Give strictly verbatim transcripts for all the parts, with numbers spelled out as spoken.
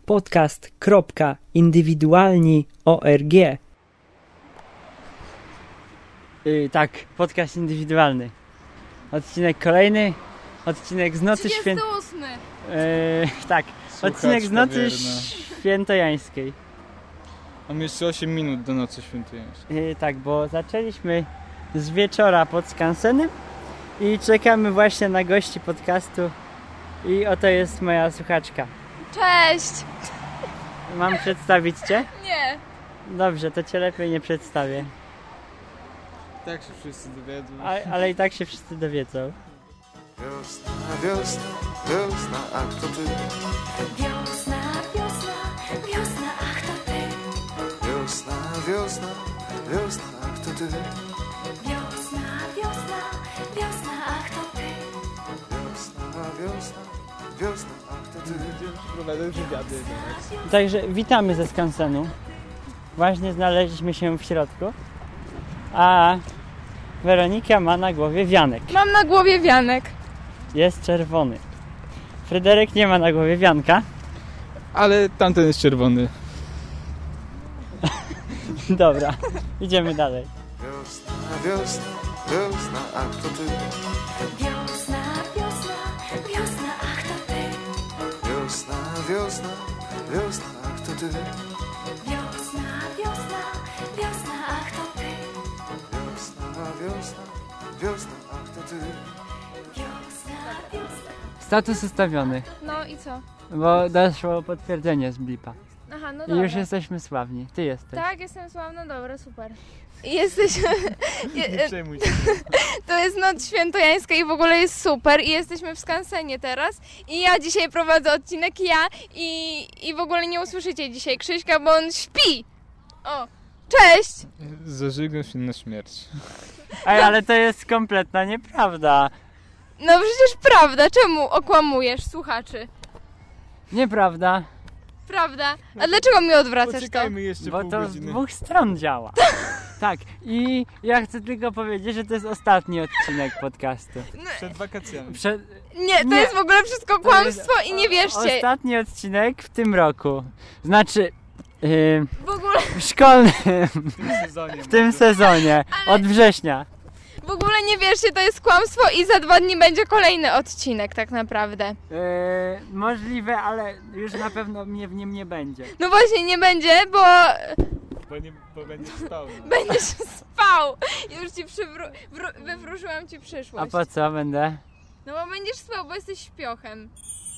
podcast kropka indywidualni kropka org. Yy, tak, podcast indywidualny. Odcinek kolejny, odcinek z nocy świętej. Yy, tak, Słuchaczka odcinek z nocy wierna. świętojańskiej. Mam jeszcze osiem minut do nocy świętojańskiej. Yy, tak, bo zaczęliśmy z wieczora pod skansenem i czekamy właśnie na gości podcastu. I oto jest moja słuchaczka. Cześć! Mam przedstawić cię? Nie. Dobrze, to cię lepiej nie przedstawię. Tak się wszyscy dowiedzą. A, ale i tak się wszyscy dowiedzą. Wiosna, wiosna, wiosna, ach to ty. Wiosna, wiosna, wiosna, ach to ty. Wiosna, wiosna, wiosna, ach to ty. Wiosna, wiosna, wiosna, ach to ty. Wiosna, wiosna, wiosna, ach to ty. Będziemy przeprowadzać wywiady. Także witamy ze skansenu. Właśnie znaleźliśmy się w środku. A Weronika ma na głowie wianek. Mam na głowie wianek. Jest czerwony. Fryderyk nie ma na głowie wianka. Ale tamten jest czerwony. Dobra, idziemy dalej. Wiosna, wiosna, wiosna, ach to ty. Wiosna, wiosna, wiosna, ach to ty. Wiosna, wiosna, wiosna, ach to ty. Wiosna, wiosna, wiosna, ach to ty. Wiosna, wiosna, wiosna, ach to ty. Wiosna, wiosna. Status ustawiony, No i co? bo doszło potwierdzenie z blipa. Aha, no I dobra. już jesteśmy sławni. Ty jesteś. Tak, jestem sławna, dobra, super. Jesteśmy... Nie przejmuj się. To jest noc świętojańska i w ogóle jest super i jesteśmy w skansenie teraz i ja dzisiaj prowadzę odcinek, ja i, i w ogóle nie usłyszycie dzisiaj Krzyśka, bo on śpi. O, cześć! Zażygam się na śmierć. Ej, ale to jest kompletna nieprawda. No przecież prawda, czemu okłamujesz słuchaczy? Nieprawda, Prawda? A dlaczego mi odwracasz to? Poczekajmy jeszcze bo pół to z godziny. dwóch stron działa. Tak, i ja chcę tylko powiedzieć, że to jest ostatni odcinek podcastu. Przed wakacjami. Przed... Nie, to Nie. jest w ogóle wszystko To jest kłamstwo i nie wierzcie. Ostatni odcinek w tym roku. Znaczy, yy, W ogóle, szkolnym, W tym sezonie. w tym sezonie, od września. w ogóle nie wierzcie, to jest kłamstwo i za dwa dni będzie kolejny odcinek tak naprawdę. Yy, możliwe, ale już na pewno mnie w nim nie będzie. No właśnie nie będzie, bo Bo, nie, bo będziesz stał. No. będziesz spał. Już ci przywró- wró- wywróżyłam ci A przyszłość. po co będę? No bo będziesz spał, bo jesteś śpiochem.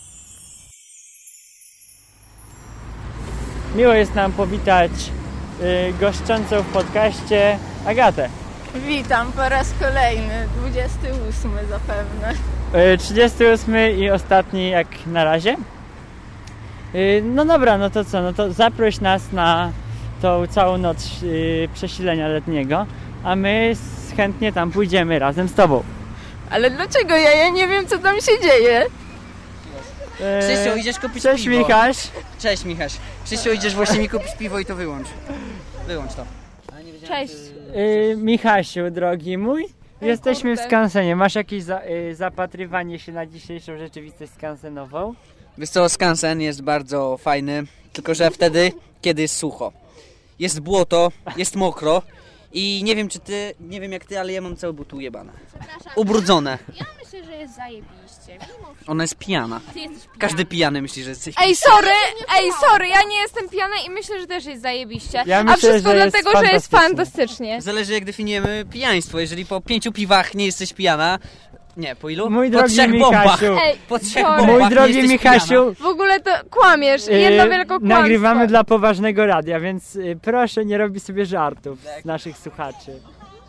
Miło jest nam powitać yy, goszczącą w podcaście Agatę. Witam po raz kolejny, dwudziesty ósmy zapewne. Yy, trzydziesty ósmy i ostatni jak na razie. Yy, no dobra, no to co, no to zaproś nas na tą całą noc yy, przesilenia letniego, a my chętnie tam pójdziemy razem z tobą. Ale dlaczego ja? Ja nie wiem, co tam się dzieje. Yy, Krzysiu, idziesz kupić Cześć piwo. Michaś. Cześć Michaś. Krzysiu, idziesz właśnie mi kupić piwo i to wyłącz. Wyłącz to. Cześć. Yy, Michasiu, drogi mój, jesteśmy w kurde. skansenie. Masz jakieś za, yy, zapatrywanie się na dzisiejszą rzeczywistość skansenową? Wiesz co, skansen jest bardzo fajny, tylko że wtedy, kiedy jest sucho. Jest błoto, jest mokro i nie wiem czy ty, nie wiem jak ty, ale ja mam całe buty ujebane. Ubrudzone. Ja myślę, że jest zajebiście. Mimo wszystko. Ona jest pijana. Ty jesteś pijany. Każdy pijany myśli, że jesteś... Ej, sorry, ej, sorry, ja nie jestem pijana i myślę, że też jest zajebiście. Ja A myślę, wszystko że jest dlatego, że jest fantastycznie. fantastycznie. Zależy jak definiujemy pijaństwo. Jeżeli po pięciu piwach nie jesteś pijana... Nie, po ilu? Mój po drogi trzech bombach. Michasiu, Ej, Po trzech sorry. bombach mój nie drogi jesteś Michasiu, W ogóle to kłamiesz, yy, jedno wielko kłamstwo. nagrywamy dla poważnego radia, więc yy, proszę nie robić sobie żartów z naszych słuchaczy.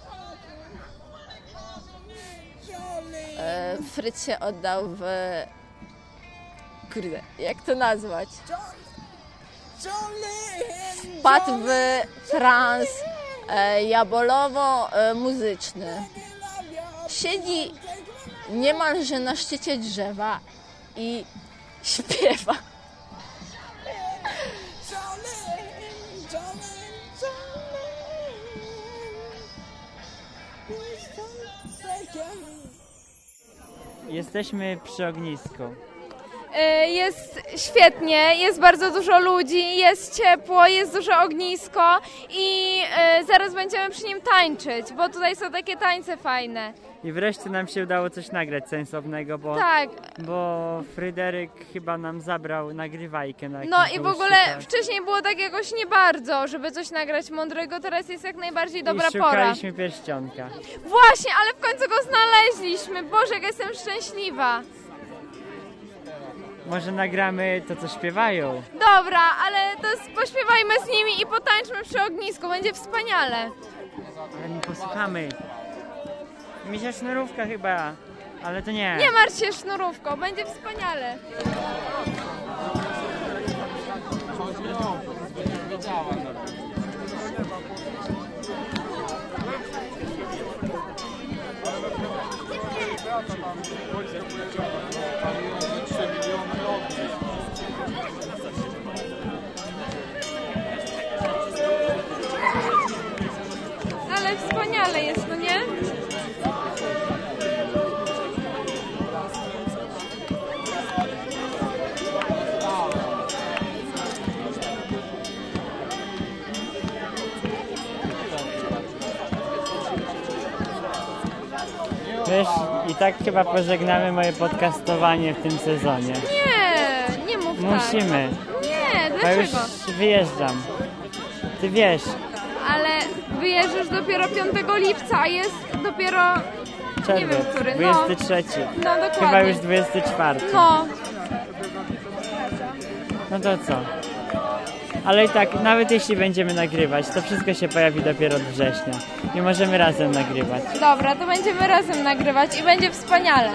E, Fryt się oddał w... Kurde, jak to nazwać? Wpadł w trans e, jabolowo-muzyczny. Siedzi niemalże na szczycie drzewa i śpiewa. Jesteśmy przy ognisku. Y, Jest świetnie, jest bardzo dużo ludzi, jest ciepło, jest duże ognisko i y, zaraz będziemy przy nim tańczyć, bo tutaj są takie tańce fajne. I wreszcie nam się udało coś nagrać sensownego, bo, Tak, bo Fryderyk chyba nam zabrał nagrywajkę na no jakiś i w dłuższy ogóle czas. wcześniej było tak jakoś nie bardzo, żeby coś nagrać mądrego, teraz jest jak najbardziej dobra I pora. szukaliśmy pierścionka. Właśnie, ale w końcu go znaleźliśmy. Boże, jak jestem szczęśliwa. Może nagramy to, co śpiewają. Dobra, ale to s- pośpiewajmy z nimi i potańczmy przy ognisku, będzie wspaniale. Ale nie posłuchamy. Misia sznurówka chyba, ale to nie. Nie martw się sznurówką, będzie wspaniale. Ale wspaniale jest, no nie? Wiesz, i tak chyba pożegnamy moje podcastowanie w tym sezonie. Nie, nie mów tak. Musimy, Nie, bo już dlaczego? wyjeżdżam. Ty wiesz, Ale wyjeżdżasz dopiero piątego lipca, a jest dopiero... czerwiec, Nie wiem, który, no. dwudziesty trzeci. No dokładnie. Chyba już dwudziesty czwarty. No, No to co? Ale i tak, nawet jeśli będziemy nagrywać, to wszystko się pojawi dopiero od września. I możemy razem nagrywać. dobra, to będziemy razem nagrywać i będzie wspaniale.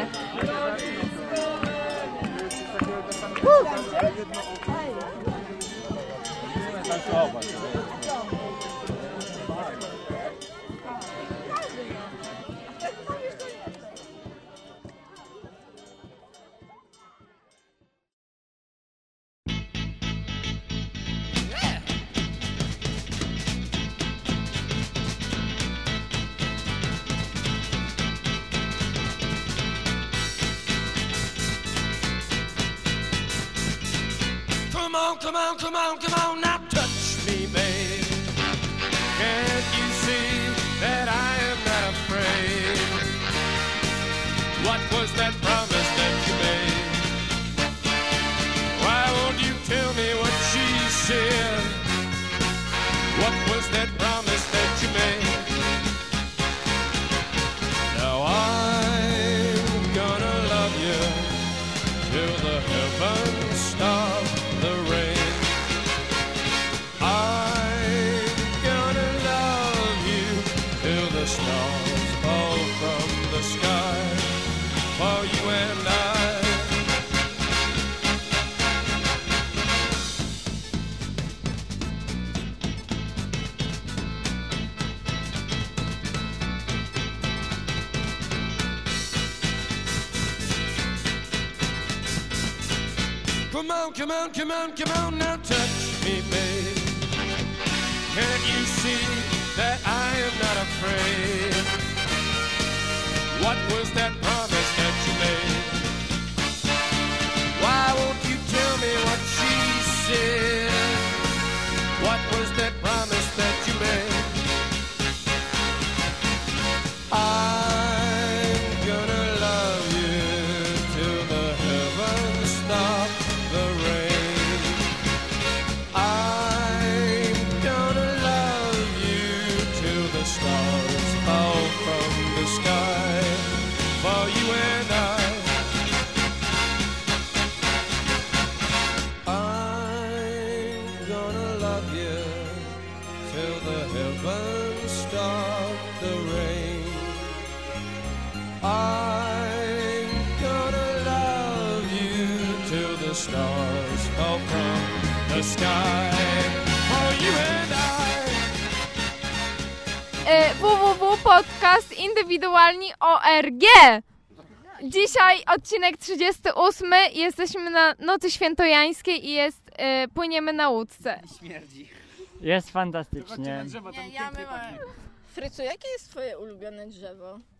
Come on, come on, come on, come on, now touch me, babe. Can't you see that I am not afraid? What was that promise that you made? Why won't you tell me what she said? What was that promise that you made? Now I'm gonna love you till the heavens stop the rain. I'm gonna love you till the stars fall from the sky for you and I. Come on, come on, come on, come on, now touch me, babe. Can't you see that I am not afraid? What was that promise that you made? Why won't you tell me what she said? What was that promise that you made? I'm gonna love you till the heavens stop the rain. I'm gonna love you till the stars fall from the sky for you and I. I'm gonna love you till the heavens stop the rain. I'm gonna love you till the stars fall from the sky for you and I. Y, www podcast indywidualni O R G. Dzisiaj odcinek trzydziesty ósmy. Jesteśmy na Nocy Świętojańskiej i jest, y, płyniemy na łódce. Śmierdzi. Jest fantastycznie. Nie, ja my mamy. Frycu, jakie jest twoje ulubione drzewo?